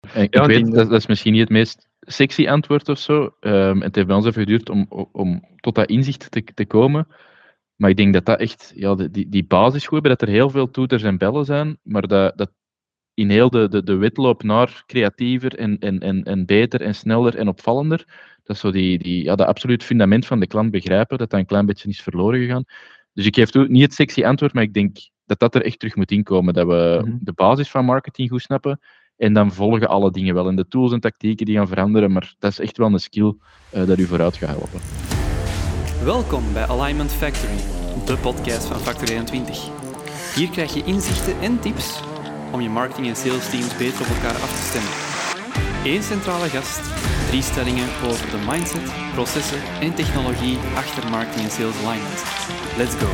Ik weet, dat is misschien niet het meest sexy antwoord of zo. Het heeft bij ons even geduurd om tot dat inzicht te komen. Maar ik denk dat dat echt die basis goed hebben, dat er heel veel toeters en bellen zijn, maar dat in heel de wedloop naar creatiever en beter en sneller en opvallender, dat is zo dat absoluut fundament van de klant begrijpen, dat een klein beetje is verloren gegaan. Dus ik geef niet het sexy antwoord, maar ik denk dat er echt terug moet inkomen, dat we de basis van marketing goed snappen en dan volgen alle dingen wel. En de tools en tactieken die gaan veranderen, maar dat is echt wel een skill dat u vooruit gaat helpen. Welkom bij Alignment Factory, de podcast van Factor21. Hier krijg je inzichten en tips om je marketing- en sales teams beter op elkaar af te stemmen. 1 centrale gast, 3 stellingen over de mindset, processen en technologie achter marketing en sales alignment. Let's go!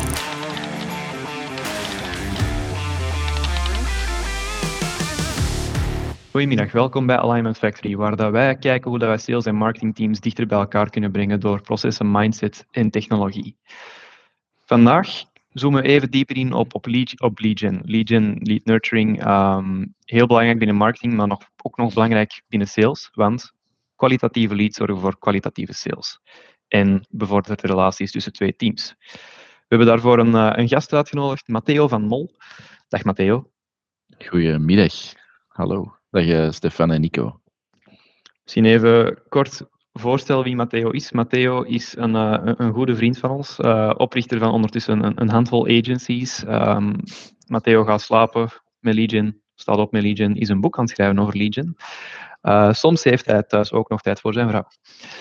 Goedemiddag, welkom bij Alignment Factory, waar wij kijken hoe wij sales- en marketingteams dichter bij elkaar kunnen brengen door processen, mindset en technologie. Vandaag zoomen we even dieper in op lead gen. Lead nurturing, heel belangrijk binnen marketing, maar ook nog belangrijk binnen sales, want kwalitatieve leads zorgen voor kwalitatieve sales en bevordert de relaties tussen 2 teams. We hebben daarvoor een gast uitgenodigd, Matteo van Mol. Dag Matteo. Goedemiddag. Hallo. Dag Stefan en Nico. Misschien even kort voorstellen wie Matteo is. Matteo is een goede vriend van ons, oprichter van ondertussen een handvol agencies. Matteo gaat slapen met Lead Gen, staat op met Lead Gen, is een boek aan het schrijven over Lead Gen. Soms heeft hij thuis ook nog tijd voor zijn vrouw.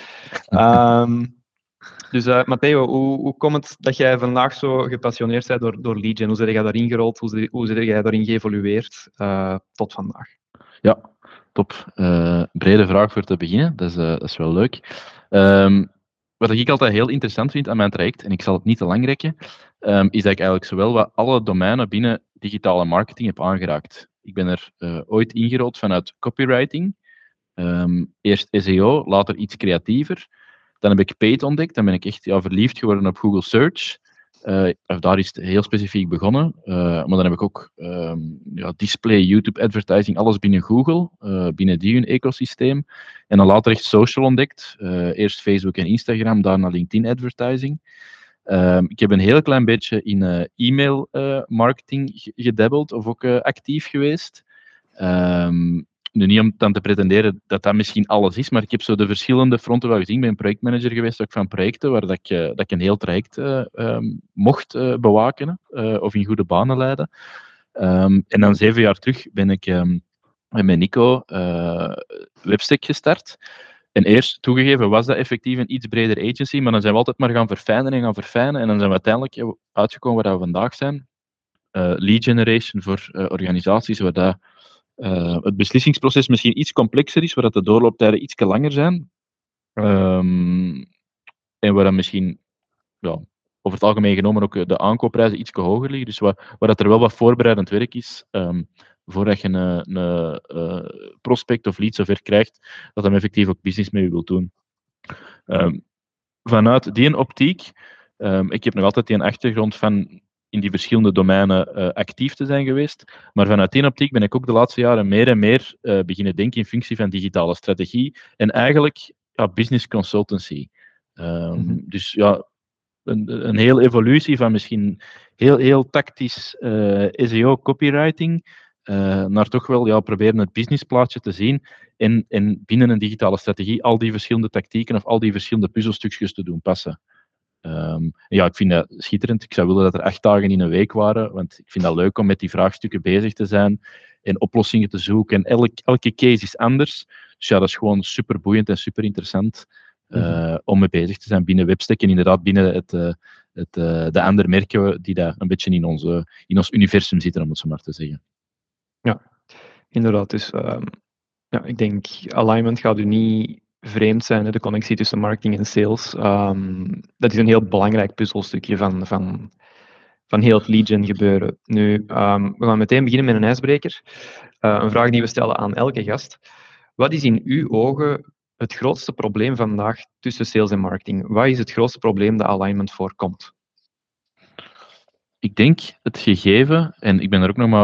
Dus Matteo, hoe komt het dat jij vandaag zo gepassioneerd bent door Lead Gen? Hoe ben jij daarin gerold? Hoe ben jij daarin geëvolueerd tot vandaag? Ja, top. Brede vraag voor te beginnen. Dat is wel leuk. Wat ik altijd heel interessant vind aan mijn traject, en ik zal het niet te lang rekken, is dat ik eigenlijk zowel wat alle domeinen binnen digitale marketing heb aangeraakt. Ik ben er ooit ingerold vanuit copywriting. Eerst SEO, later iets creatiever. Dan heb ik paid ontdekt. Dan ben ik echt verliefd geworden op Google Search. Daar is het heel specifiek begonnen. Maar dan heb ik ook display, YouTube advertising, alles binnen Google, binnen die hun ecosysteem. En dan later echt social ontdekt. Eerst Facebook en Instagram, daarna LinkedIn advertising. Ik heb een heel klein beetje in e-mail marketing gedabbeld of ook actief geweest. Nu niet om dan te pretenderen dat dat misschien alles is, maar ik heb zo de verschillende fronten wel gezien. Ik ben projectmanager geweest ook van projecten waar dat ik een heel traject mocht bewaken of in goede banen leiden. En dan 7 jaar terug ben ik met Nico Webstack gestart. En eerst, toegegeven, was dat effectief een iets breder agency, maar dan zijn we altijd maar gaan verfijnen. En dan zijn we uiteindelijk uitgekomen waar we vandaag zijn. Lead generation voor organisaties waar dat het beslissingsproces misschien iets complexer is, waar dat de doorlooptijden iets langer zijn. En waar dan misschien over het algemeen genomen ook de aankoopprijzen iets hoger liggen. Dus waar dat er wel wat voorbereidend werk is, voordat je een prospect of lead zover krijgt, dat hem effectief ook business mee wil doen. Vanuit die optiek, ik heb nog altijd die achtergrond van in die verschillende domeinen actief te zijn geweest. Maar vanuit die optiek ben ik ook de laatste jaren meer en meer beginnen denken in functie van digitale strategie en eigenlijk business consultancy. Dus een hele evolutie van misschien heel tactisch SEO copywriting naar toch wel proberen het businessplaatje te zien en binnen een digitale strategie al die verschillende tactieken of al die verschillende puzzelstukjes te doen passen. Ik vind dat schitterend. Ik zou willen dat er 8 dagen in een week waren, want ik vind dat leuk om met die vraagstukken bezig te zijn en oplossingen te zoeken. En elke case is anders. Dus dat is gewoon super boeiend en super interessant om mee bezig te zijn binnen Webstack en inderdaad binnen de andere merken die daar een beetje in ons universum zitten, om het zo maar te zeggen. Ja, inderdaad. Dus ik denk, alignment gaat u niet vreemd zijn, hè, de connectie tussen marketing en sales. Dat is een heel belangrijk puzzelstukje van heel het lead gen gebeuren. Nu, we gaan meteen beginnen met een ijsbreker. Een vraag die we stellen aan elke gast. Wat is in uw ogen het grootste probleem vandaag tussen sales en marketing? Wat is het grootste probleem dat alignment voorkomt? Ik denk het gegeven, en ik ben er ook nog maar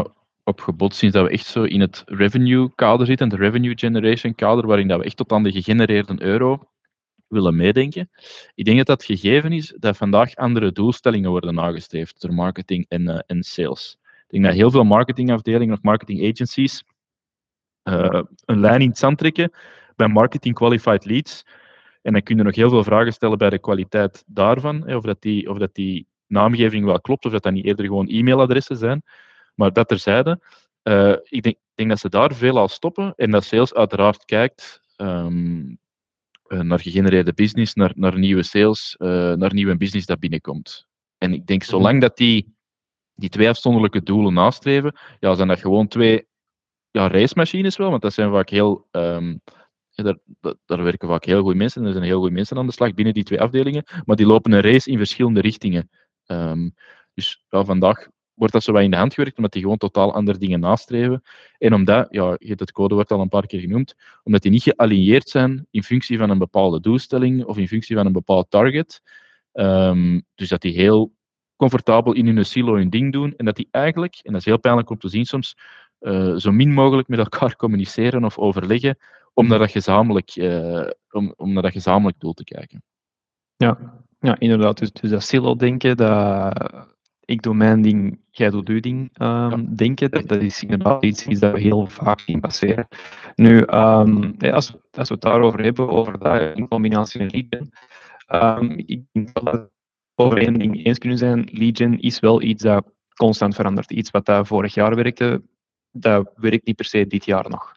op gebot sinds dat we echt zo in het revenue kader zitten, het revenue generation kader, waarin dat we echt tot aan de gegenereerde euro willen meedenken. Ik denk dat dat gegeven is dat vandaag andere doelstellingen worden nagestreefd door marketing en sales. Ik denk dat heel veel marketingafdelingen of marketing agencies een lijn in het zand trekken bij marketing qualified leads. En dan kun je nog heel veel vragen stellen bij de kwaliteit daarvan, of dat die naamgeving wel klopt, of dat niet eerder gewoon e-mailadressen zijn. Maar dat terzijde, ik denk dat ze daar veel aan stoppen en dat sales uiteraard kijkt naar gegenereerde business, naar nieuwe sales, naar nieuwe business dat binnenkomt. En ik denk, zolang dat die twee afzonderlijke doelen nastreven, ja, zijn dat gewoon twee racemachines wel, want dat zijn vaak heel... daar werken vaak heel goede mensen en er zijn heel goede mensen aan de slag binnen die twee afdelingen, maar die lopen een race in verschillende richtingen. Dus vandaag wordt dat zo wat in de hand gewerkt, omdat die gewoon totaal andere dingen nastreven. En omdat, je hebt het codewoord al een paar keer genoemd, omdat die niet gealigneerd zijn in functie van een bepaalde doelstelling of in functie van een bepaald target. Dus dat die heel comfortabel in hun silo hun ding doen en dat die eigenlijk, en dat is heel pijnlijk om te zien soms, zo min mogelijk met elkaar communiceren of overleggen om naar dat gezamenlijk doel te kijken. Ja, inderdaad. Dus dat silo-denken, dat ik doe mijn ding, jij doet uw ding denken, dat is inderdaad iets dat we heel vaak zien passeren. Nu, als we het daarover hebben, over dat in combinatie met lead gen, ik denk dat we over één ding eens kunnen zijn, lead gen is wel iets dat constant verandert. Iets wat dat vorig jaar werkte, dat werkt niet per se dit jaar nog.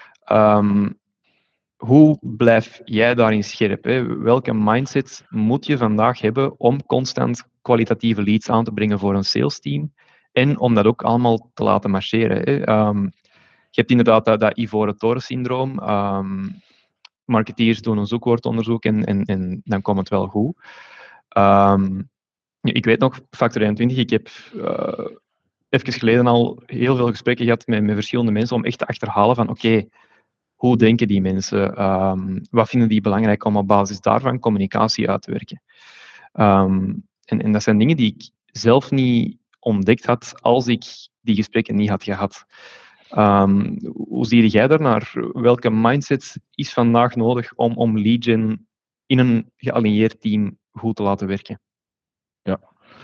Hoe blijf jij daarin scherp? Hè? Welke mindset moet je vandaag hebben om constant kwalitatieve leads aan te brengen voor een salesteam en om dat ook allemaal te laten marcheren? Hè? Je hebt inderdaad dat ivoren toren-syndroom. Marketeers doen een zoekwoordonderzoek en dan komt het wel goed. Ik weet nog, Factor 21, ik heb even geleden al heel veel gesprekken gehad met verschillende mensen om echt te achterhalen van oké, hoe denken die mensen? Wat vinden die belangrijk om op basis daarvan communicatie uit te werken? En dat zijn dingen die ik zelf niet ontdekt had als ik die gesprekken niet had gehad. Hoe zie jij daarnaar? Welke mindset is vandaag nodig om lead gen in een gealigneerd team goed te laten werken? Ja.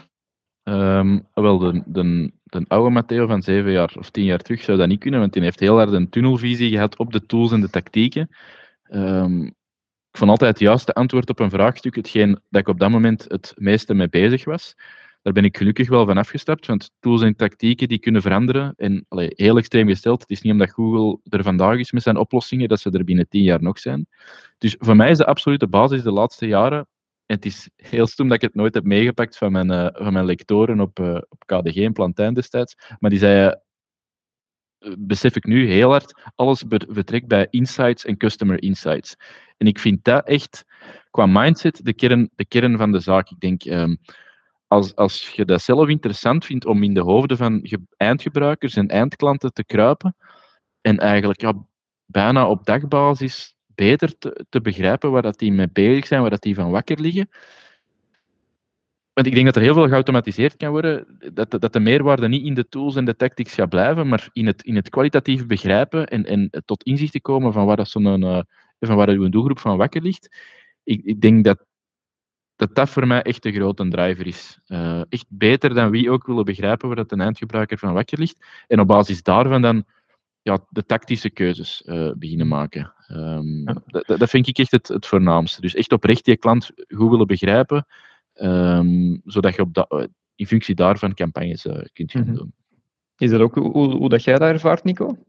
Wel, de oude Matteo van 7 jaar of 10 jaar terug zou dat niet kunnen, want die heeft heel hard een tunnelvisie gehad op de tools en de tactieken. Ik vond altijd het juiste antwoord op een vraagstuk hetgeen dat ik op dat moment het meeste mee bezig was. Daar ben ik gelukkig wel van afgestapt, want tools en tactieken die kunnen veranderen. En heel extreem gesteld, het is niet omdat Google er vandaag is met zijn oplossingen, dat ze er binnen 10 jaar nog zijn. Dus voor mij is de absolute basis de laatste jaren. En het is heel stom dat ik het nooit heb meegepakt van mijn lectoren op KDG in Plantijn destijds. Maar die zeiden, besef ik nu heel hard, alles betrekt bij insights en customer insights. En ik vind dat echt, qua mindset, de kern van de zaak. Ik denk, als je dat zelf interessant vindt om in de hoofden van eindgebruikers en eindklanten te kruipen, en eigenlijk bijna op dagbasis beter te begrijpen waar dat die mee bezig zijn, waar dat die van wakker liggen. Want ik denk dat er heel veel geautomatiseerd kan worden, dat de meerwaarde niet in de tools en de tactics gaat blijven, maar in het kwalitatief begrijpen en tot inzicht te komen van waar uw doelgroep van wakker ligt. Ik denk dat voor mij echt de grote driver is. Echt beter dan wie ook willen begrijpen waar dat een eindgebruiker van wakker ligt. En op basis daarvan dan de tactische keuzes beginnen maken. Dat vind ik echt het voornaamste. Dus echt oprecht die klant goed willen begrijpen, zodat je in functie daarvan campagnes kunt gaan doen. Is dat ook hoe dat jij dat ervaart, Nico?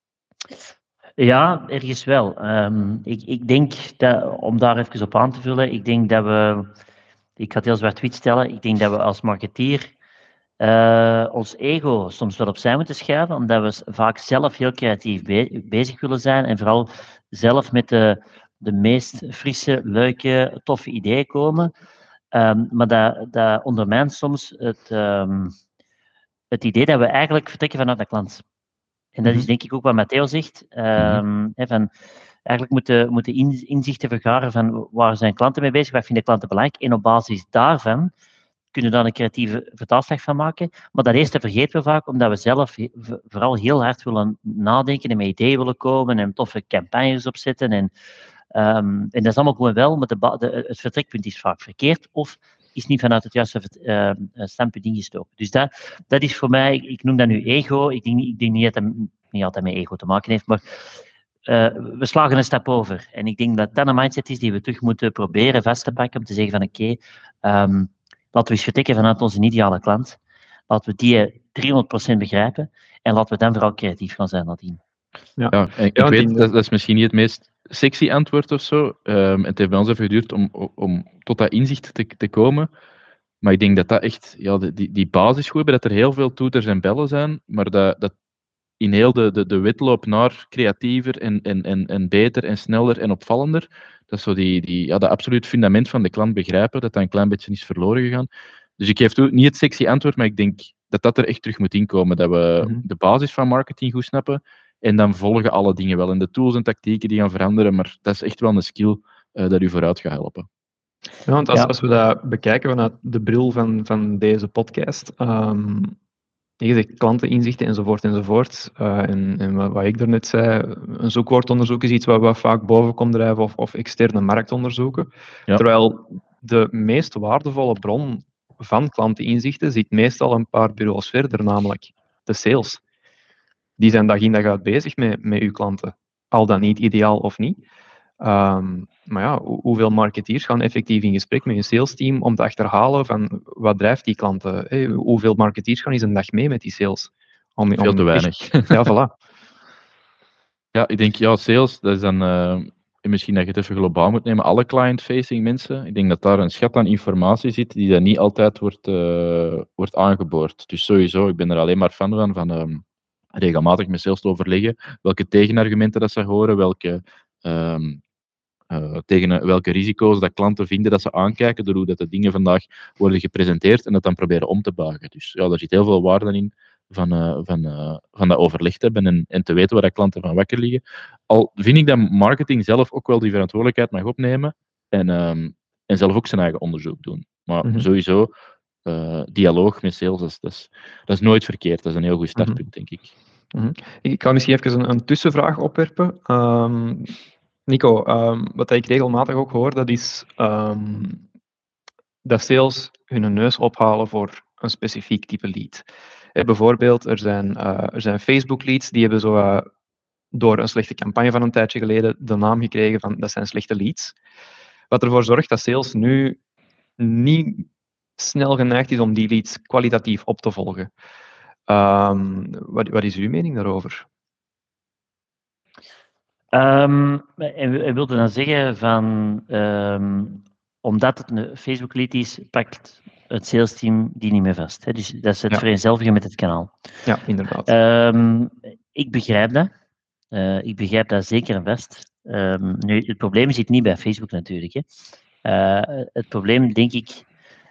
Ja, ergens wel. Ik denk dat, om daar even op aan te vullen, ik denk dat ik ga het heel zwart-wit stellen, ik denk dat we als marketeer ons ego soms wel opzij moeten schuiven, omdat we vaak zelf heel creatief bezig willen zijn en vooral zelf met de meest frisse, leuke, toffe ideeën komen. Maar dat ondermijnt soms het idee dat we eigenlijk vertrekken vanuit de klant. En dat is denk ik ook wat Matteo zegt. Eigenlijk moeten inzichten vergaren van waar zijn klanten mee bezig, wat vinden klanten belangrijk. En op basis daarvan kunnen daar een creatieve vertaalslag van maken. Maar dat eerste vergeten we vaak, omdat we zelf vooral heel hard willen nadenken en met ideeën willen komen en toffe campagnes opzetten. En dat is allemaal gewoon wel, maar het vertrekpunt is vaak verkeerd of is niet vanuit het juiste standpunt ingestoken. Dus dat is voor mij, ik noem dat nu ego. Ik denk niet dat het niet altijd met ego te maken heeft, maar we slagen een stap over. En ik denk dat dat een mindset is die we terug moeten proberen vast te pakken om te zeggen van oké, laten we eens vertrekken vanuit onze ideale klant. Laten we die 300% begrijpen en laten we dan vooral creatief gaan zijn nadien. Ja, ik weet, dat is misschien niet het meest sexy antwoord of zo. Het heeft bij ons even geduurd om tot dat inzicht te komen. Maar ik denk dat dat echt, die basis goed hebben, dat er heel veel toeters en bellen zijn, maar dat in heel de wedloop naar creatiever en beter en sneller en opvallender, dat is zo dat absoluut fundament van de klant begrijpen, dat een klein beetje is verloren gegaan. Dus ik geef toe, niet het sexy antwoord, maar ik denk dat er echt terug moet inkomen, dat we de basis van marketing goed snappen en dan volgen alle dingen wel. En de tools en tactieken die gaan veranderen, maar dat is echt wel een skill dat u vooruit gaat helpen. Ja, want als we dat bekijken vanuit de bril van deze podcast, je zegt klanteninzichten enzovoort. En wat ik daarnet zei, een zoekwoordonderzoek is iets wat vaak boven komt drijven of externe marktonderzoeken. Ja. Terwijl de meest waardevolle bron van klanteninzichten zit meestal een paar bureaus verder, namelijk de sales. Die zijn dag in dag uit bezig met uw klanten. Al dan niet ideaal of niet. Maar ja, hoeveel marketeers gaan effectief in gesprek met een salesteam om te achterhalen van wat drijft die klanten? Hey, hoeveel marketeers gaan eens een dag mee met die sales? Veel te weinig. Ja, voilà. Ja, ik denk, sales, dat is dan... misschien dat je het even globaal moet nemen, alle client-facing mensen. Ik denk dat daar een schat aan informatie zit die dan niet altijd wordt aangeboord. Dus sowieso, ik ben er alleen maar fan van regelmatig met sales te overleggen welke tegenargumenten dat ze horen, tegen welke risico's dat klanten vinden dat ze aankijken, door hoe dat de dingen vandaag worden gepresenteerd en dat dan proberen om te buigen. Dus daar zit heel veel waarde in van dat overleg te hebben en te weten waar dat klanten van wakker liggen. Al vind ik dat marketing zelf ook wel die verantwoordelijkheid mag opnemen en zelf ook zijn eigen onderzoek doen. Maar sowieso, dialoog met sales, dat is nooit verkeerd. Dat is een heel goed startpunt, denk ik. Ik ga misschien even een tussenvraag opwerpen. Nico, wat ik regelmatig ook hoor, dat is dat sales hun neus ophalen voor een specifiek type lead. Bijvoorbeeld, er zijn Facebook leads, die hebben zo door een slechte campagne van een tijdje geleden de naam gekregen van dat zijn slechte leads. Wat ervoor zorgt dat sales nu niet snel geneigd is om die leads kwalitatief op te volgen. Wat is uw mening daarover? En wilde dan zeggen van omdat het een Facebook lead is, pakt het salesteam die niet meer vast. Hè? Dus dat is het vereenzelvigen met het kanaal. Ja, inderdaad. Ik begrijp dat. Ik begrijp dat zeker en vast. Nu, het probleem zit niet bij Facebook natuurlijk. Hè. Het probleem, denk ik,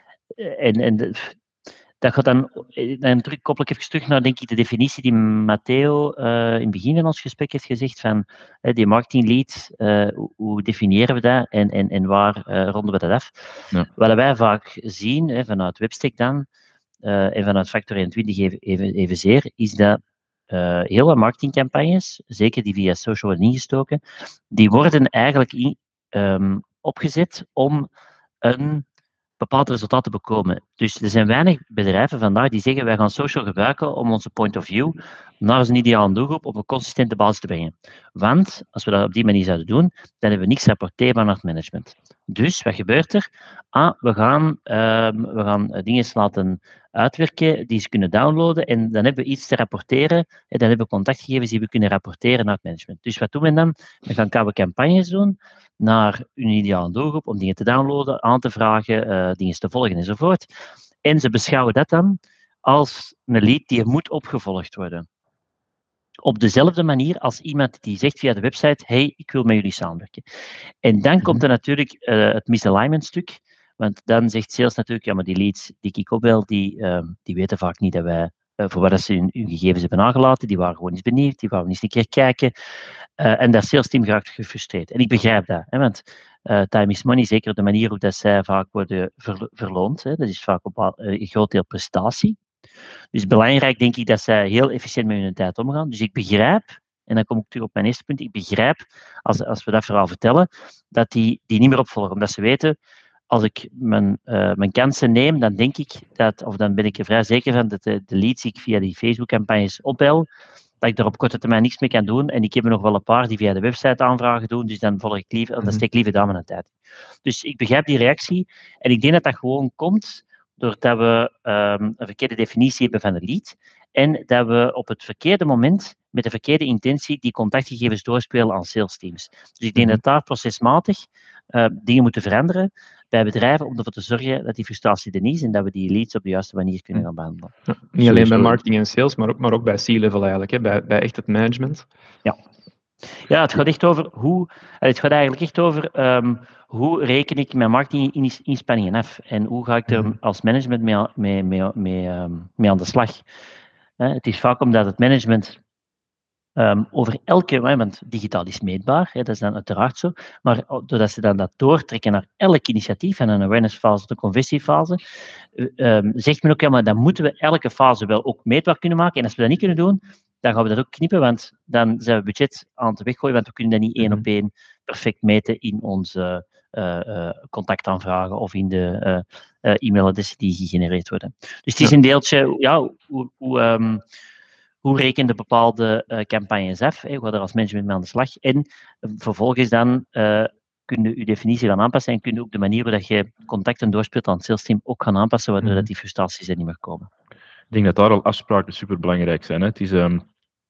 dat gaat dan koppel ik even terug naar, denk ik, de definitie die Matteo in het begin van ons gesprek heeft gezegd van die marketing lead, hoe definiëren we dat en waar ronden we dat af? Ja. Wat wij vaak zien, vanuit Webstack dan, en vanuit Factor 21 evenzeer, is dat heel wat marketingcampagnes, zeker die via social worden ingestoken, die worden eigenlijk opgezet om een bepaald resultaat te bekomen. Dus er zijn weinig bedrijven vandaag die zeggen wij gaan social gebruiken om onze point of view naar een ideale doelgroep op een consistente basis te brengen. Want als we dat op die manier zouden doen, dan hebben we niks rapporteerbaar naar het management. Dus wat gebeurt er? We gaan dingen laten uitwerken die ze kunnen downloaden en dan hebben we iets te rapporteren en dan hebben we contactgegevens die we kunnen rapporteren naar het management. Dus wat doen we dan? We gaan campagnes doen naar hun ideale doelgroep om dingen te downloaden, aan te vragen, dingen te volgen enzovoort. En ze beschouwen dat dan als een lead die moet opgevolgd worden. Op dezelfde manier als iemand die zegt via de website, hey, ik wil met jullie samenwerken. En dan komt er natuurlijk het misalignment stuk, want dan zegt sales natuurlijk, ja, maar die leads die ik opbel, die weten vaak niet dat wij, voor wat ze hun gegevens hebben nagelaten, die waren gewoon eens benieuwd, die waren eens een keer kijken. En dat salesteam raakt gefrustreerd. En ik begrijp dat, hè, want time is money, zeker de manier hoe dat zij vaak worden verloond. Hè. Dat is vaak op een groot deel prestatie. Dus belangrijk denk ik dat zij heel efficiënt met hun tijd omgaan. Dus ik begrijp, en dan kom ik terug op mijn eerste punt, ik begrijp, als we dat verhaal vertellen, dat die niet meer opvolgen. Omdat ze weten, als ik mijn kansen neem, dan denk ik dat, of dan ben ik er vrij zeker van, dat de leads die ik via die Facebook-campagnes opbel, dat ik daar op korte termijn niks mee kan doen. En ik heb er nog wel een paar die via de website aanvragen doen, dus dan volg ik liever, dan steek ik liever daar mijn tijd. Dus ik begrijp die reactie. En ik denk dat dat gewoon komt doordat we een verkeerde definitie hebben van de lead. En dat we op het verkeerde moment, met de verkeerde intentie, die contactgegevens doorspelen aan salesteams. Dus ik denk dat daar procesmatig dingen moeten veranderen bij bedrijven om ervoor te zorgen dat die frustratie er niet is en dat we die leads op de juiste manier kunnen gaan behandelen. Ja, niet alleen bij marketing en sales, maar ook bij C-level eigenlijk, hè, bij echt het management. Ja, het gaat echt over hoe reken ik mijn marketinginspanningen af en hoe ga ik er als management mee aan de slag. Het is vaak omdat het management over want digitaal is meetbaar, dat is dan uiteraard zo, maar doordat ze dan dat doortrekken naar elk initiatief, van een awareness-fase tot een conversiefase, zegt men ook, ja, maar dan moeten we elke fase wel ook meetbaar kunnen maken. En als we dat niet kunnen doen, dan gaan we dat ook knippen, want dan zijn we budget aan het weggooien, want we kunnen dat niet één op één perfect meten in onze contactaanvragen of in de e-mailadressen die gegenereerd worden. Dus het is een deeltje, ja, hoe reken je bepaalde campagnes af? Hoe gaat er als management mee aan de slag? En vervolgens dan kun je je definitie gaan aanpassen en kun je ook de manier waarop je contacten doorspeelt aan het salesteam ook gaan aanpassen, waardoor dat die frustraties er niet meer komen. Ik denk dat daar al afspraken superbelangrijk zijn. Hè. Het is, en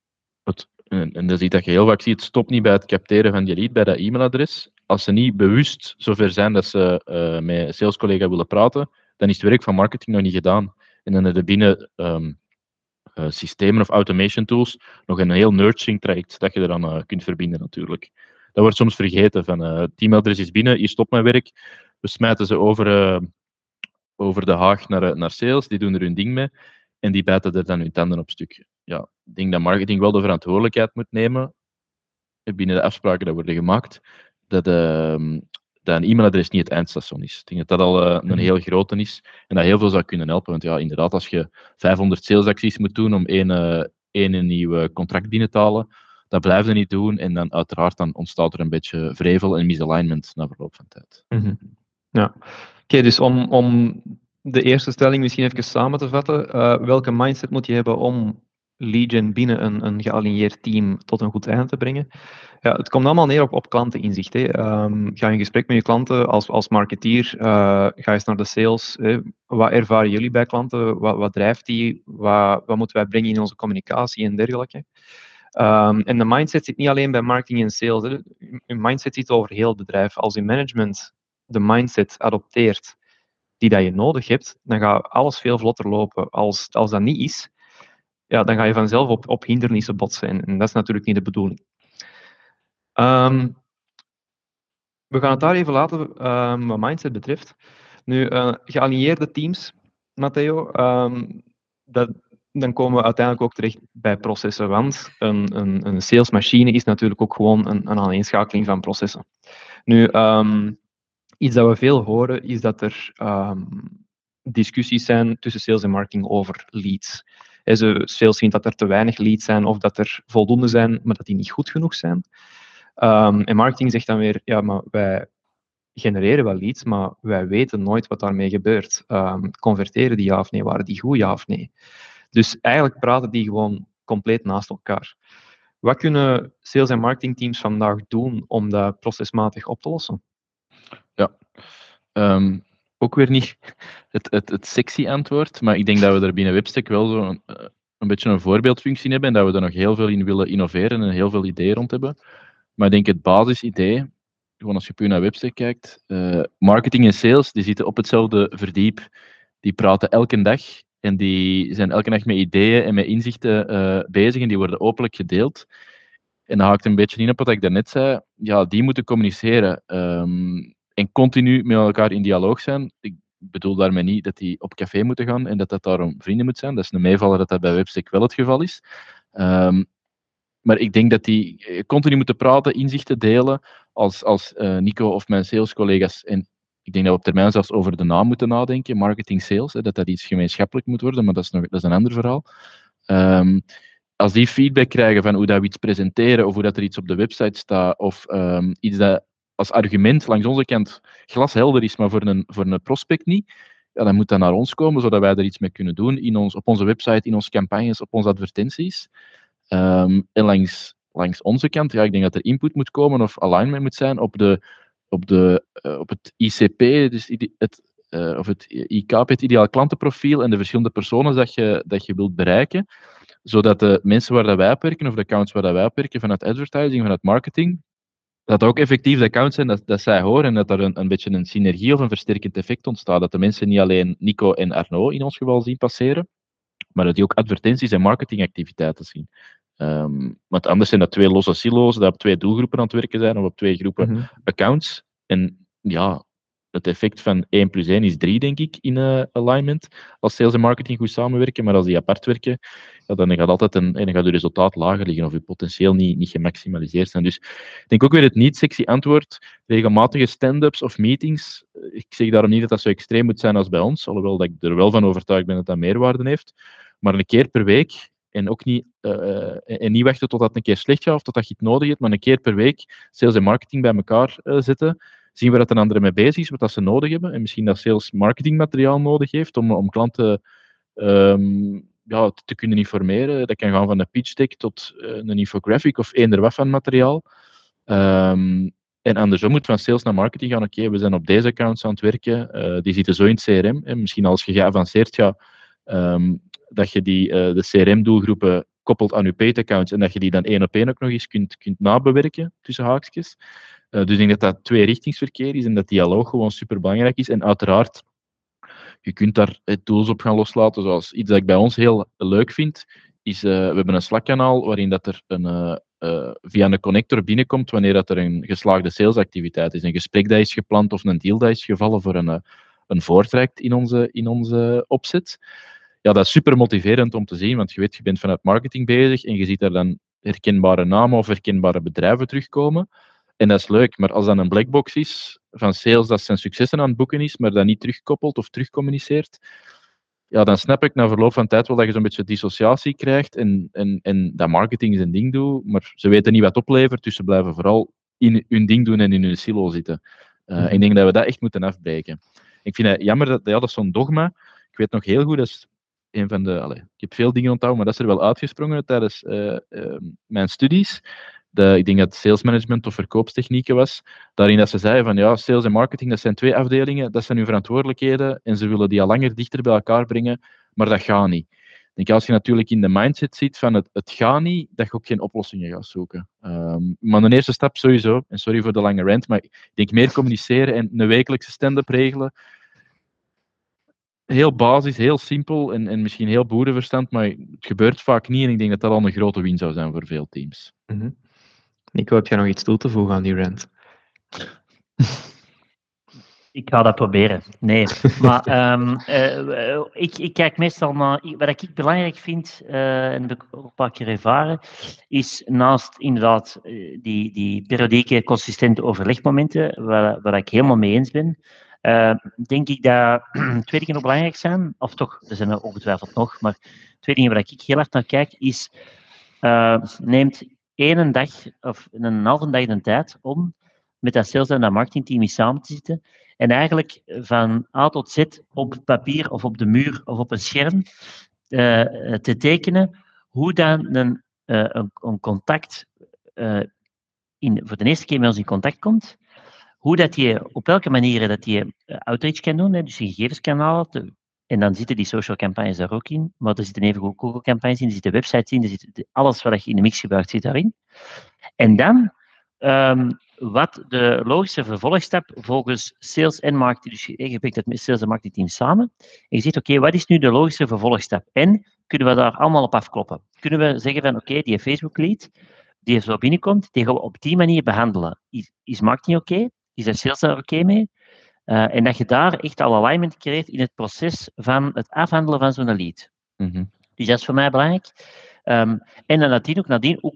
dat is iets dat je heel vaak ziet, het stopt niet bij het capteren van die lead, bij dat e-mailadres. Als ze niet bewust zover zijn dat ze met een salescollega willen praten, dan is het werk van marketing nog niet gedaan. En dan er binnen systemen of automation tools nog een heel nurturing traject dat je er dan kunt verbinden natuurlijk. Dat wordt soms vergeten, van het e-mailadres is binnen, hier stopt mijn werk, we smijten ze over de haag naar sales, die doen er hun ding mee en die bijten er dan hun tanden op stuk. Ja, ik denk dat marketing wel de verantwoordelijkheid moet nemen binnen de afspraken die worden gemaakt, dat een e-mailadres niet het eindstation is. Ik denk dat dat al een heel grote is en dat heel veel zou kunnen helpen. Want ja, inderdaad, als je 500 salesacties moet doen om één nieuw contract binnen te halen, dat blijf je niet doen en dan uiteraard dan ontstaat er een beetje vrevel en misalignment na verloop van tijd. Ja. Oké, dus om de eerste stelling misschien even samen te vatten, welke mindset moet je hebben om lead gen binnen een gealigneerd team tot een goed einde te brengen? Ja, het komt allemaal neer op klanteninzicht. Hè. Ga in gesprek met je klanten als marketeer, ga eens naar de sales. Hè. Wat ervaren jullie bij klanten? Wat drijft die? Wat moeten wij brengen in onze communicatie en dergelijke? En de mindset zit niet alleen bij marketing en sales. Hè. Je mindset zit over heel het bedrijf. Als je management de mindset adopteert die dat je nodig hebt, dan gaat alles veel vlotter lopen. Als dat niet is, ja, dan ga je vanzelf op hindernissen botsen. En dat is natuurlijk niet de bedoeling. We gaan het daar even laten wat mindset betreft. Nu, gealigneerde teams, Matteo, dan komen we uiteindelijk ook terecht bij processen. Want een salesmachine is natuurlijk ook gewoon een aaneenschakeling van processen. Nu, iets dat we veel horen, is dat er discussies zijn tussen sales en marketing over leads. Sales vindt dat er te weinig leads zijn of dat er voldoende zijn, maar dat die niet goed genoeg zijn. En marketing zegt dan weer, ja, maar wij genereren wel leads, maar wij weten nooit wat daarmee gebeurt. Converteren die ja of nee? Waren die goed ja of nee? Dus eigenlijk praten die gewoon compleet naast elkaar. Wat kunnen sales- en marketingteams vandaag doen om dat procesmatig op te lossen? Ja, ook weer niet het sexy antwoord, maar ik denk dat we er binnen Webstack wel zo een beetje een voorbeeldfunctie hebben en dat we er nog heel veel in willen innoveren en heel veel ideeën rond hebben. Maar ik denk het basisidee, gewoon als je puur naar Webstack kijkt, marketing en sales, die zitten op hetzelfde verdiep. Die praten elke dag en die zijn elke dag met ideeën en met inzichten bezig en die worden openlijk gedeeld. En dat haakt een beetje in op wat ik daarnet zei. Ja, die moeten communiceren en continu met elkaar in dialoog zijn. Ik bedoel daarmee niet dat die op café moeten gaan en dat daarom vrienden moet zijn. Dat is een meevaller dat dat bij Webstack wel het geval is. Maar ik denk dat die continu moeten praten, inzichten delen, als Nico of mijn salescollega's, en ik denk dat we op termijn zelfs over de naam moeten nadenken, marketing sales, dat iets gemeenschappelijk moet worden, maar dat is een ander verhaal. Als die feedback krijgen van hoe dat we iets presenteren, of hoe dat er iets op de website staat, of iets dat als argument langs onze kant glashelder is, maar voor een prospect niet, ja, dan moet dat naar ons komen, zodat wij er iets mee kunnen doen op onze website, in onze campagnes, op onze advertenties. En langs onze kant, ja, ik denk dat er input moet komen of alignment moet zijn op het ICP, dus het IKP, het ideaal klantenprofiel en de verschillende personen dat je wilt bereiken, zodat de mensen waar dat wij op werken, of de accounts waar dat wij op werken, vanuit advertising, vanuit marketing, dat ook effectief de accounts zijn dat zij horen en dat er een beetje een synergie of een versterkend effect ontstaat. Dat de mensen niet alleen Nico en Arno in ons geval zien passeren, maar dat die ook advertenties en marketingactiviteiten zien. Want anders zijn dat twee losse silo's, dat op twee doelgroepen aan het werken zijn, of op twee groepen accounts. En ja, het effect van 1 + 1 is 3, denk ik, in alignment. Als sales en marketing goed samenwerken, maar als die apart werken, ja, dan gaat je resultaat lager liggen of je potentieel niet gemaximaliseerd zijn. Dus ik denk ook weer het niet sexy antwoord. Regelmatige stand-ups of meetings. Ik zeg daarom niet dat dat zo extreem moet zijn als bij ons, alhoewel dat ik er wel van overtuigd ben dat dat meerwaarde heeft. Maar een keer per week, en ook niet wachten tot dat een keer slecht gaat of totdat je het nodig hebt, maar een keer per week sales en marketing bij elkaar zetten. Zien we dat een ander mee bezig is, wat ze nodig hebben. En misschien dat sales marketingmateriaal nodig heeft om klanten te kunnen informeren. Dat kan gaan van een pitch deck tot een infographic of eender wat van materiaal. En andersom moet van sales naar marketing gaan. Oké, we zijn op deze accounts aan het werken. Die zitten zo in het CRM. En misschien als je geavanceerd gaat, dat je de CRM-doelgroepen koppelt aan je paid accounts en dat je die dan 1 op 1 ook nog eens kunt nabewerken, tussen haakjes. Dus ik denk dat dat tweerichtingsverkeer is en dat dialoog gewoon superbelangrijk is. En uiteraard, je kunt daar tools op gaan loslaten, zoals iets dat ik bij ons heel leuk vind, is we hebben een Slack-kanaal waarin dat er via een connector binnenkomt wanneer dat er een geslaagde salesactiviteit is. Een gesprek dat is gepland of een deal dat is gevallen voor een voortraject in onze opzet. Ja, dat is super motiverend om te zien, want je weet, je bent vanuit marketing bezig en je ziet daar dan herkenbare namen of herkenbare bedrijven terugkomen. En dat is leuk, maar als dat een blackbox is van sales dat zijn successen aan het boeken is, maar dat niet terugkoppelt of terugcommuniceert, ja, dan snap ik na verloop van tijd wel dat je zo'n beetje dissociatie krijgt en dat marketing zijn ding doet, maar ze weten niet wat het oplevert, dus ze blijven vooral in hun ding doen en in hun silo zitten. Ik denk dat we dat echt moeten afbreken. Ik vind het jammer dat is zo'n dogma. Ik weet nog heel goed, dat is een van ik heb veel dingen onthouden, maar dat is er wel uitgesprongen tijdens mijn studies. Ik denk dat het salesmanagement of verkoopstechnieken was, daarin dat ze zeiden van ja, sales en marketing, dat zijn 2 afdelingen, dat zijn hun verantwoordelijkheden en ze willen die al langer dichter bij elkaar brengen, maar dat gaat niet. Ik denk, als je natuurlijk in de mindset zit van het gaat niet, dat je ook geen oplossingen gaat zoeken. Maar de eerste stap sowieso, en sorry voor de lange rant, maar ik denk meer communiceren en een wekelijkse stand-up regelen. Heel basis, heel simpel en misschien heel boerenverstand, maar het gebeurt vaak niet en ik denk dat dat al een grote win zou zijn voor veel teams. Nico, heb jij nog iets toe te voegen aan die rant? Ik ga dat proberen. Nee, maar ik kijk meestal naar... Wat ik belangrijk vind, en dat heb ik ook een paar keer ervaren, is naast inderdaad die periodieke, consistente overlegmomenten, waar ik helemaal mee eens ben, denk ik dat 2 dingen nog belangrijk zijn, of toch, er zijn er ongetwijfeld nog, maar 2 dingen waar ik heel hard naar kijk, is neemt 1 dag of een halve dag de tijd om met dat sales en dat marketingteam eens samen te zitten en eigenlijk van A tot Z op papier of op de muur of op een scherm te tekenen hoe dan een contact voor de eerste keer met ons in contact komt, hoe dat je, op welke manieren dat je outreach kan doen, dus je gegevens kan halen. En dan zitten die social campagnes daar ook in, maar er zitten even ook Google campagnes in, er zitten websites in, er zit alles wat je in de mix gebruikt zit daarin. En dan, wat de logische vervolgstap volgens sales en marketing, dus je brengt het met sales en marketing samen, en je zegt, oké, wat is nu de logische vervolgstap? En kunnen we daar allemaal op afkloppen? Kunnen we zeggen van, oké, die Facebook lead, die er zo binnenkomt, die gaan we op die manier behandelen. Is marketing oké? Is er sales daar oké mee? En dat je daar echt al alignment creëert in het proces van het afhandelen van zo'n lead. Dus dat is voor mij belangrijk. En dan nadien ook,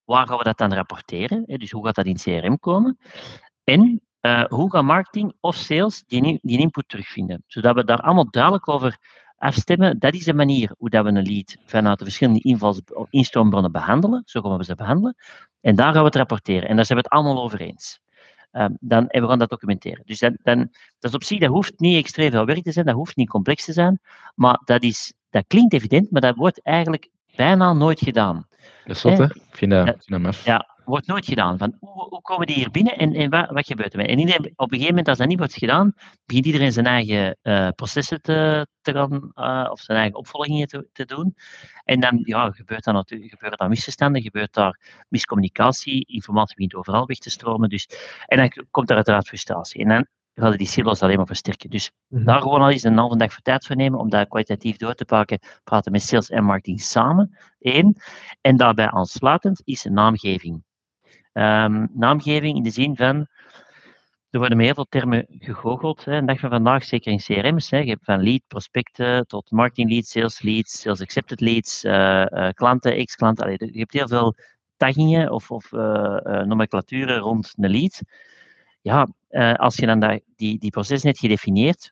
waar gaan we dat dan rapporteren? Dus hoe gaat dat in CRM komen? En hoe gaat marketing of sales die input terugvinden? Zodat we daar allemaal duidelijk over afstemmen. Dat is de manier hoe dat we een lead vanuit de verschillende instroombronnen behandelen. Zo gaan we ze behandelen. En daar gaan we het rapporteren. En daar zijn we het allemaal over eens. En we gaan dat documenteren. Dus dat is op zich, dat hoeft niet extreem veel werk te zijn, dat hoeft niet complex te zijn, maar dat klinkt evident, maar dat wordt eigenlijk bijna nooit gedaan. Dat is zot, hè? Ik vind dat maf. Ja, wordt nooit gedaan. Van, hoe komen die hier binnen en wat gebeurt er? En op een gegeven moment, als dat niet wordt gedaan, begint iedereen zijn eigen processen te gaan, of zijn eigen opvolgingen te doen. En dan gebeuren daar misverstanden, gebeurt daar miscommunicatie, informatie begint overal weg te stromen. Dus, en dan komt er uiteraard frustratie. En dan gaan die silos alleen maar versterken. Dus daar gewoon al eens een halve dag voor tijd voor nemen om dat kwalitatief door te pakken, praten met sales en marketing samen. 1. En daarbij aansluitend is naamgeving. Naamgeving in de zin van, er worden met heel veel termen gegoocheld. Een dag van vandaag, zeker in CRM's. Je hebt van lead, prospecten, tot marketing leads, sales accepted leads, klanten, ex-klanten. Je hebt heel veel taggingen of nomenclaturen rond een lead. Ja, als je dan die proces net gedefinieerd,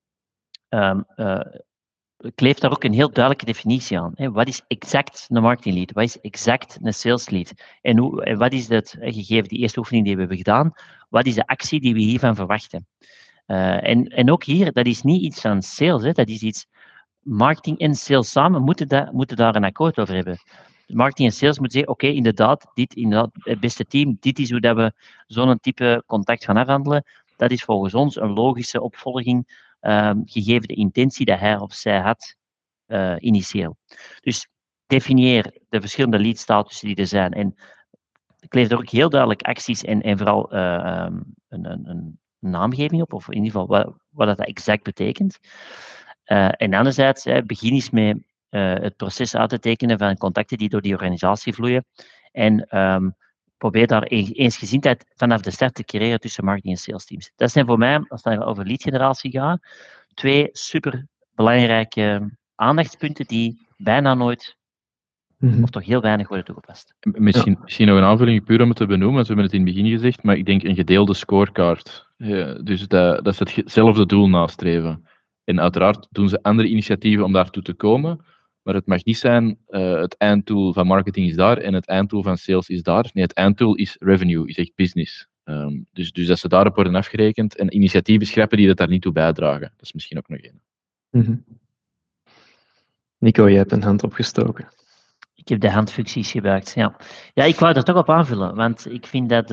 kleeft daar ook een heel duidelijke definitie aan. Wat is exact een marketing lead? Wat is exact een sales lead? En wat is het, gegeven die eerste oefening die we hebben gedaan, wat is de actie die we hiervan verwachten? En ook hier, dat is niet iets van sales, dat is iets, marketing en sales samen moeten daar een akkoord over hebben. Marketing en sales moeten zeggen, oké, inderdaad, het beste team, dit is hoe dat we zo'n type contact gaan afhandelen. Dat is volgens ons een logische opvolging, gegeven de intentie dat hij of zij had initieel. Dus definieer de verschillende lead statussen die er zijn en kleef er ook heel duidelijk acties en vooral een naamgeving op, of in ieder geval wat dat exact betekent. En anderzijds, begin eens met het proces uit te tekenen van contacten die door die organisatie vloeien en probeer daar eensgezindheid vanaf de start te creëren tussen marketing en sales teams. Dat zijn voor mij, als het over lead generatie gaat, 2 super belangrijke aandachtspunten die bijna nooit, of toch heel weinig worden toegepast. Misschien nog een aanvulling puur om het te benoemen, want we hebben het in het begin gezegd, maar ik denk een gedeelde scorecard. Dus dat is hetzelfde doel nastreven. En uiteraard doen ze andere initiatieven om daartoe te komen, maar het mag niet zijn, het einddoel van marketing is daar en het einddoel van sales is daar. Nee, het einddoel is revenue, is echt business. Dus dat ze daarop worden afgerekend en initiatieven schrappen die dat daar niet toe bijdragen. Dat is misschien ook nog één. Nico, je hebt een hand opgestoken. Ik heb de handfuncties gebruikt, ja. Ja, ik wou er toch op aanvullen, want ik vind dat...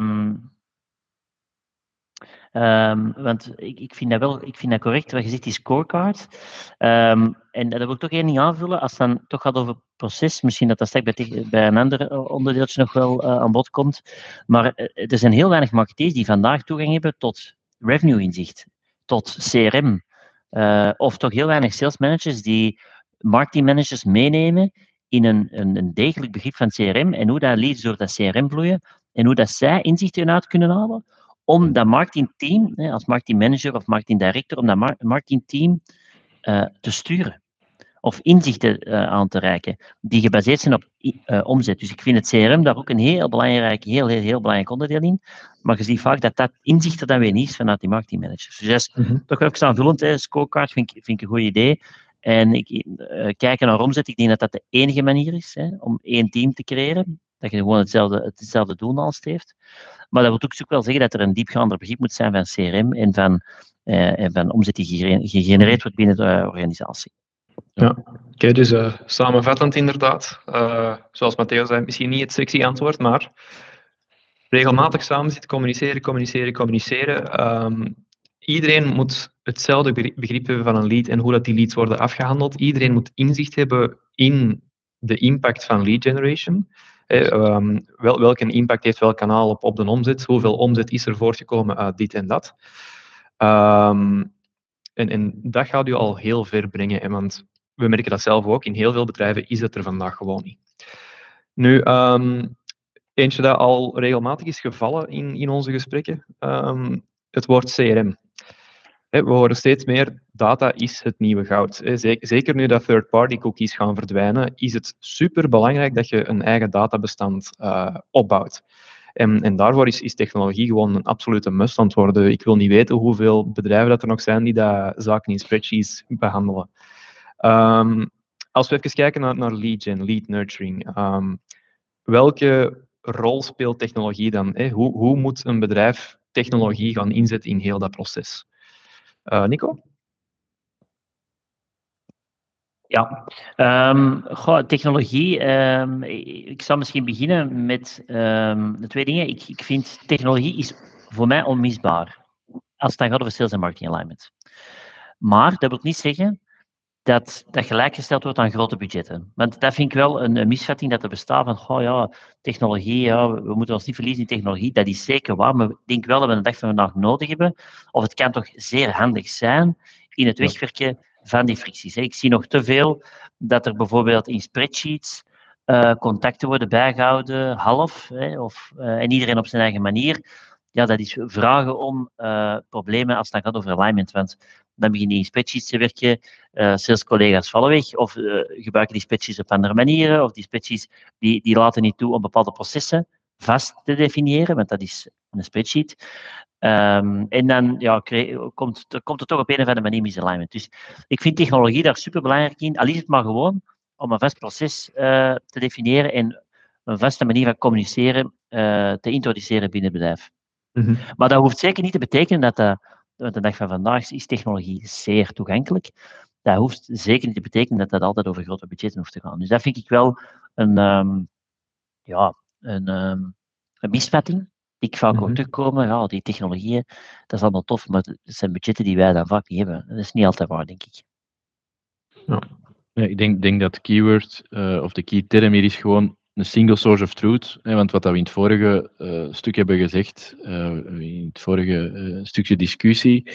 want ik vind dat correct, wat je zegt, die scorecard. En dat wil ik toch één ding aanvullen, als het dan toch gaat over proces, misschien dat straks bij een ander onderdeeltje nog wel aan bod komt, maar er zijn heel weinig marketeers die vandaag toegang hebben tot revenue-inzicht, tot CRM, of toch heel weinig sales managers die marketingmanagers meenemen in een degelijk begrip van CRM en hoe dat leads door dat CRM vloeien en hoe dat zij inzichten uit kunnen halen om dat marketingteam, als marketingmanager of marketingdirector, om dat marketingteam te sturen. Of inzichten aan te reiken, die gebaseerd zijn op omzet. Dus ik vind het CRM daar ook een heel belangrijk onderdeel in. Maar je ziet vaak dat inzicht er dan weer niet is vanuit die marketingmanagers. Dus dat is toch even aanvullend. Scorecard vind ik een goed idee. En kijken naar omzet, ik denk dat dat de enige manier is om één team te creëren. Dat je gewoon hetzelfde doel nastreeft. Maar dat wil ook wel zeggen dat er een diepgaander begrip moet zijn van CRM en van omzet die gegenereerd wordt binnen de organisatie. Ja, oké, dus samenvattend inderdaad. Zoals Matteo zei, misschien niet het sexy antwoord, maar regelmatig samen zitten, communiceren. Iedereen moet hetzelfde begrip hebben van een lead en hoe dat die leads worden afgehandeld. Iedereen moet inzicht hebben in de impact van lead generation. Welke impact heeft welk kanaal op de omzet? Hoeveel omzet is er voortgekomen uit dit en dat? En dat gaat u al heel ver brengen. Want we merken dat zelf ook. In heel veel bedrijven is dat er vandaag gewoon niet. Nu, eentje dat al regelmatig is gevallen in onze gesprekken. Het woord CRM. we horen steeds meer, data is het nieuwe goud. Zeker nu dat third-party cookies gaan verdwijnen, is het superbelangrijk dat je een eigen databestand opbouwt. En daarvoor is technologie gewoon een absolute must aan het worden. Ik wil niet weten hoeveel bedrijven dat er nog zijn die dat zaken in spreadsheets behandelen. Als we even kijken naar lead gen, lead nurturing. Welke rol speelt technologie dan? Hoe moet een bedrijf technologie gaan inzetten in heel dat proces? Nico? Ja, technologie. Ik zal misschien beginnen met de twee dingen. Ik vind technologie is voor mij onmisbaar als het dan gaat over sales en marketing alignment. Maar dat wil niet zeggen dat gelijkgesteld wordt aan grote budgetten. Want dat vind ik wel een misvatting dat er bestaat van technologie, we moeten ons niet verliezen in technologie. Dat is zeker waar, maar ik denk wel dat we een dag van vandaag nodig hebben. Of het kan toch zeer handig zijn in het wegwerken van die fricties. Ik zie nog te veel dat er bijvoorbeeld in spreadsheets contacten worden bijgehouden, half, en iedereen op zijn eigen manier. Ja, dat is vragen om problemen als het dan gaat over alignment. Want dan begin je in spreadsheets te werken, salescollega's vallen weg, of gebruiken die spreadsheets op andere manieren, of die spreadsheets die laten niet toe om bepaalde processen vast te definiëren, want dat is een spreadsheet. En dan komt het toch op een of andere manier misalignment. Dus ik vind technologie daar superbelangrijk in, al is het maar gewoon om een vast proces te definiëren en een vaste manier van communiceren te introduceren binnen het bedrijf. Mm-hmm. Maar dat hoeft zeker niet te betekenen dat de dag van vandaag is technologie zeer toegankelijk. Dat hoeft zeker niet te betekenen dat dat altijd over grote budgetten hoeft te gaan. Dus dat vind ik wel een misvatting die ik vaak hoor terugkomen. Ja, die technologieën, dat is allemaal tof, maar dat zijn budgetten die wij dan vaak niet hebben. Dat is niet altijd waar, denk ik. Ja, ik denk dat keyword of de key term hier is gewoon een single source of truth. Want wat we in het vorige stuk hebben gezegd, in het vorige stukje discussie,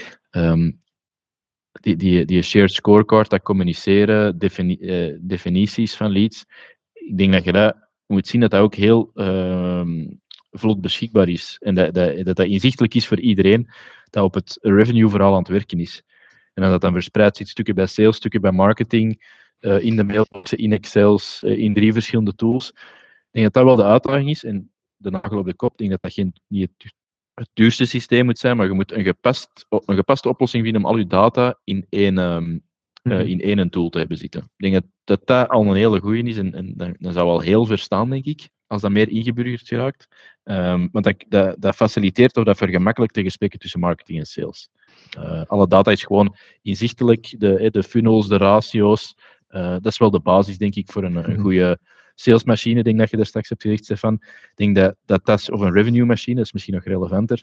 die shared scorecard, dat communiceren, definities van leads. Ik denk dat je dat moet zien dat dat ook heel vlot beschikbaar is. En dat inzichtelijk is voor iedereen, dat op het revenue vooral aan het werken is. En dat dan verspreid zit, stukken bij sales, stukken bij marketing, in de mailboxen, in Excels, in 3 verschillende tools. Ik denk dat dat wel de uitdaging is. En de nagel op de kop, ik denk dat dat niet het duurste systeem moet zijn, maar je moet een gepaste oplossing vinden om al je data in één tool te hebben zitten. Ik denk dat al een hele goeie is en dan zou al heel ver staan, denk ik, als dat meer ingeburgerd geraakt. Want dat faciliteert of dat vergemakkelijkt de gesprekken tussen marketing en sales. Alle data is gewoon inzichtelijk, de funnels, de ratio's. Dat is wel de basis, denk ik, voor een goede salesmachine. Ik denk dat je daar straks hebt gezegd, Stefan. Ik denk dat is, of een revenue machine, dat is misschien nog relevanter.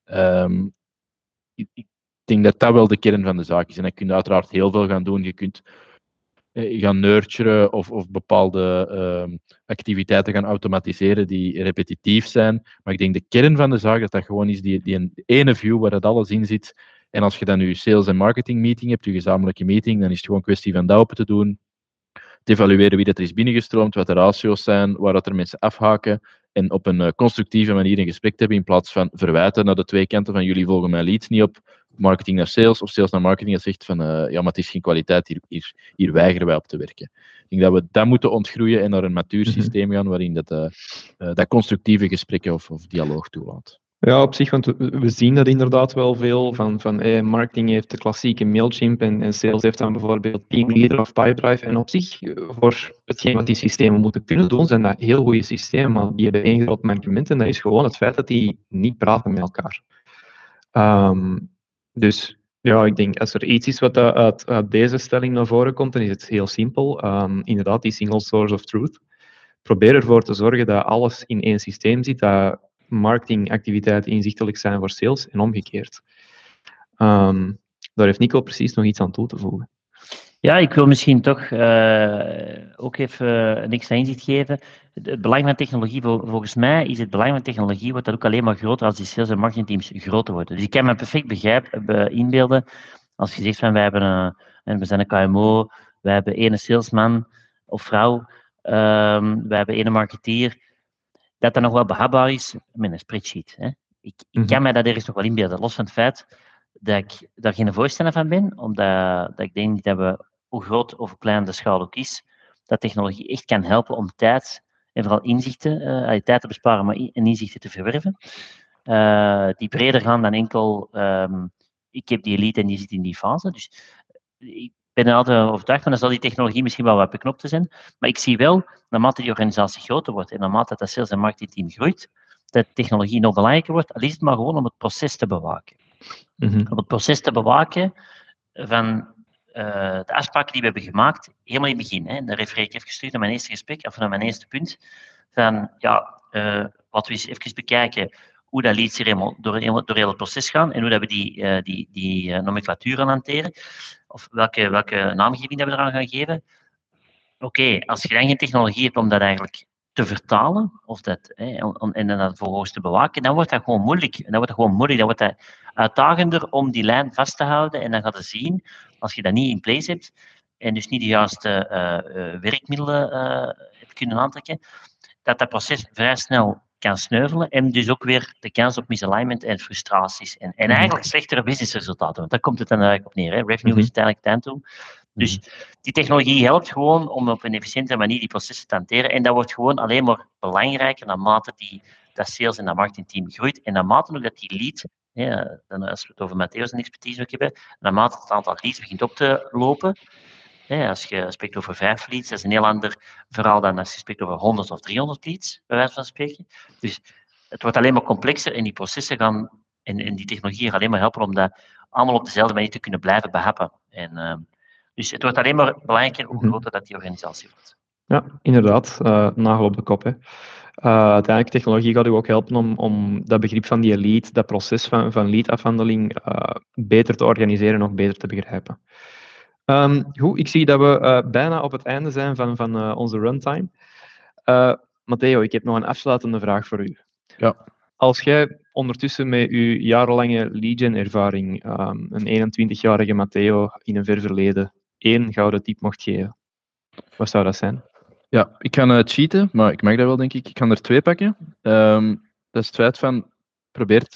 Ik denk dat dat wel de kern van de zaak is. En dan kun je uiteraard heel veel gaan doen. Je kunt gaan nurturen of bepaalde activiteiten gaan automatiseren die repetitief zijn. Maar ik denk de kern van de zaak dat gewoon is die ene view waar dat alles in zit. En als je dan je sales- en marketing meeting hebt, je gezamenlijke meeting, dan is het gewoon een kwestie van dat open te doen. Te evalueren wie dat er is binnengestroomd, wat de ratio's zijn, waar dat er mensen afhaken. En op een constructieve manier een gesprek te hebben in plaats van verwijten naar de twee kanten van jullie volgen mijn leads niet op. Marketing naar sales of sales naar marketing, dat zegt van ja, maar het is geen kwaliteit, hier weigeren wij op te werken. Ik denk dat we dat moeten ontgroeien en naar een matuur systeem gaan waarin dat constructieve gesprekken of dialoog toelaat. Ja, op zich, want we zien dat inderdaad wel veel van marketing heeft de klassieke Mailchimp en sales heeft dan bijvoorbeeld Teamleader of Pipedrive. En op zich, voor hetgeen wat die systemen moeten kunnen doen, zijn dat heel goede systemen, maar die hebben één groot mankement en dat is gewoon het feit dat die niet praten met elkaar. Dus ja, ik denk als er iets is wat uit deze stelling naar voren komt, dan is het heel simpel. Inderdaad, die single source of truth. Probeer ervoor te zorgen dat alles in één systeem zit, dat marketingactiviteiten inzichtelijk zijn voor sales en omgekeerd. Daar heeft Nico precies nog iets aan toe te voegen. Ja, ik wil misschien toch ook even een extra inzicht geven. Het belang van technologie, volgens mij is het belang van technologie wordt dat ook alleen maar groter als die sales- en marketingteams groter worden. Dus ik kan me perfect inbeelden als je zegt van wij zijn een KMO, wij hebben ene salesman of vrouw, wij hebben ene marketeer, dat nog wel behapbaar is met een spreadsheet. Hè. Ik kan mij dat ergens nog wel inbeelden, los van het feit dat ik daar geen voorstander van ben, omdat dat ik denk dat we, hoe groot of klein de schaal ook is, dat technologie echt kan helpen om tijd en vooral inzichten, tijd te besparen, maar en inzichten te verwerven, die breder gaan dan enkel ik heb die elite en die zit in die fase. Dus ik ben er altijd overtuigd van, dan zal die technologie misschien wel wat beknopt te zijn, maar ik zie wel, naarmate die organisatie groter wordt en naarmate dat sales- en marketingteam groeit, dat technologie nog belangrijker wordt, al is het maar gewoon om het proces te bewaken. Om het proces te bewaken van de afspraken die we hebben gemaakt, helemaal in het begin. Hè. Dan refereer ik even terug naar mijn eerste gesprek, of naar mijn eerste punt. Van, wat we eens even bekijken, hoe dat leads hier helemaal door heel het proces gaan en hoe dat we die nomenclatuur gaan hanteren. Of welke naamgeving dat we eraan gaan geven. Oké, als je dan geen technologie hebt om dat eigenlijk te vertalen, en dan vervolgens te bewaken, dan wordt dat gewoon moeilijk. Dan wordt dat uitdagender om die lijn vast te houden. En dan gaat je zien, als je dat niet in place hebt, en dus niet de juiste werkmiddelen hebt kunnen aantrekken, dat proces vrij snel kan sneuvelen en dus ook weer de kans op misalignment en frustraties en eigenlijk slechtere businessresultaten. Want daar komt het dan eigenlijk op neer. Hè. Revenue is uiteindelijk het einddoel. Dus die technologie helpt gewoon om op een efficiënte manier die processen te hanteren. En dat wordt gewoon alleen maar belangrijker naarmate dat sales- en dat marketingteam groeit. En naarmate ook dat die lead, als we het over Matthäus en expertise ook hebben, naarmate het aantal leads begint op te lopen. Als je spreekt over 5 leads, dat is een heel ander verhaal dan als je spreekt over 100 of 300 leads, bij wijze van spreken. Dus het wordt alleen maar complexer en die processen gaan en die technologie gaat alleen maar helpen om dat allemaal op dezelfde manier te kunnen blijven behappen. Dus het wordt alleen maar belangrijker hoe groter dat die organisatie wordt. Ja, inderdaad. Nagel op de kop. Hè. Uiteindelijk, technologie gaat u ook helpen om dat begrip van die lead, dat proces van lead-afhandeling beter te organiseren en nog beter te begrijpen. Goed, ik zie dat we bijna op het einde zijn van onze runtime. Matteo, ik heb nog een afsluitende vraag voor u. Ja. Als jij ondertussen met uw jarenlange lead-gen-ervaring een 21-jarige Matteo in een ver verleden 1 gouden tip mocht geven, wat zou dat zijn? Ja, ik ga cheaten, maar ik mag dat wel, denk ik. Ik kan er 2 pakken. Dat is het feit van, probeert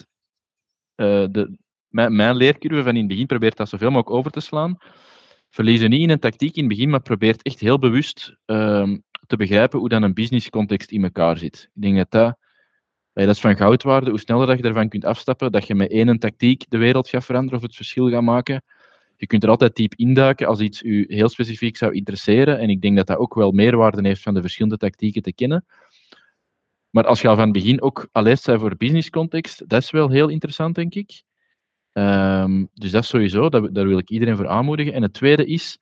mijn leercurve van in het begin, probeert dat zoveel mogelijk over te slaan. Verlies je niet in een tactiek in het begin, maar probeert echt heel bewust te begrijpen hoe dan een businesscontext in elkaar zit. Ik denk dat is van goudwaarde. Hoe sneller dat je ervan kunt afstappen, dat je met 1 tactiek de wereld gaat veranderen of het verschil gaat maken. Je kunt er altijd diep induiken als iets u heel specifiek zou interesseren. En ik denk dat dat ook wel meerwaarde heeft van de verschillende tactieken te kennen. Maar als je al van het begin ook alert bent voor businesscontext, dat is wel heel interessant, denk ik. Dus dat is sowieso, daar wil ik iedereen voor aanmoedigen. En het tweede is,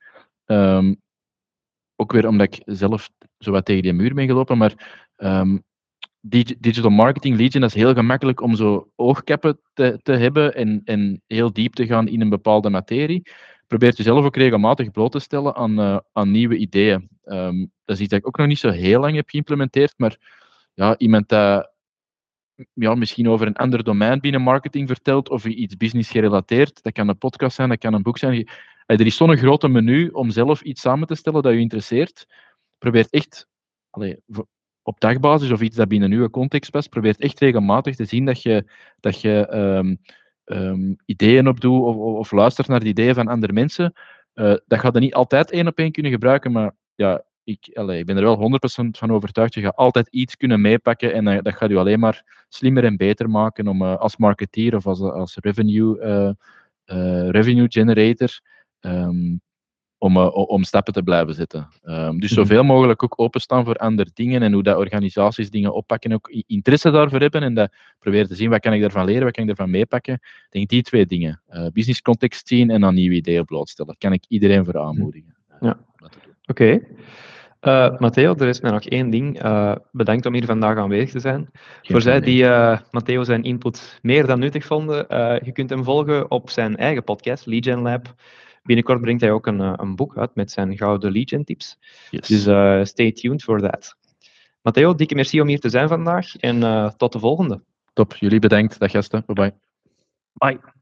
ook weer omdat ik zelf zo wat tegen die muur ben gelopen, maar digital marketing, lead gen, dat is heel gemakkelijk om zo oogkappen te hebben en heel diep te gaan in een bepaalde materie. Probeer jezelf ook regelmatig bloot te stellen aan nieuwe ideeën. Dat is iets dat ik ook nog niet zo heel lang heb geïmplementeerd, maar ja, iemand dat misschien over een ander domein binnen marketing vertelt of iets business gerelateerd, dat kan een podcast zijn, dat kan een boek zijn. Er is zo'n grote menu om zelf iets samen te stellen dat je interesseert. Probeer echt, op dagbasis of iets dat binnen uw context past, probeer echt regelmatig te zien dat je ideeën opdoet of luistert naar de ideeën van andere mensen. Dat gaat je niet altijd 1 op 1 kunnen gebruiken, maar ja, ik ben er wel 100% van overtuigd. Je gaat altijd iets kunnen meepakken en dat gaat je alleen maar slimmer en beter maken om als marketeer of als revenue generator om stappen te blijven zetten. Dus zoveel mogelijk ook openstaan voor andere dingen en hoe dat organisaties dingen oppakken, ook interesse daarvoor hebben en dat proberen te zien wat kan ik daarvan leren, wat kan ik daarvan meepakken. Ik denk die 2 dingen. Business context zien en dan nieuwe ideeën blootstellen. Daar kan ik iedereen voor aanmoedigen. Oké. Matteo, er is mij nog 1 ding. Bedankt om hier vandaag aanwezig te zijn. Voor zij die Matteo zijn input meer dan nuttig vonden, je kunt hem volgen op zijn eigen podcast, Lead Gen Lab. Binnenkort brengt hij ook een boek uit met zijn gouden lead gen tips. Yes. Dus stay tuned for that. Matteo, dikke merci om hier te zijn vandaag en tot de volgende. Top, jullie bedankt. Dag gasten. Bye bye. Bye.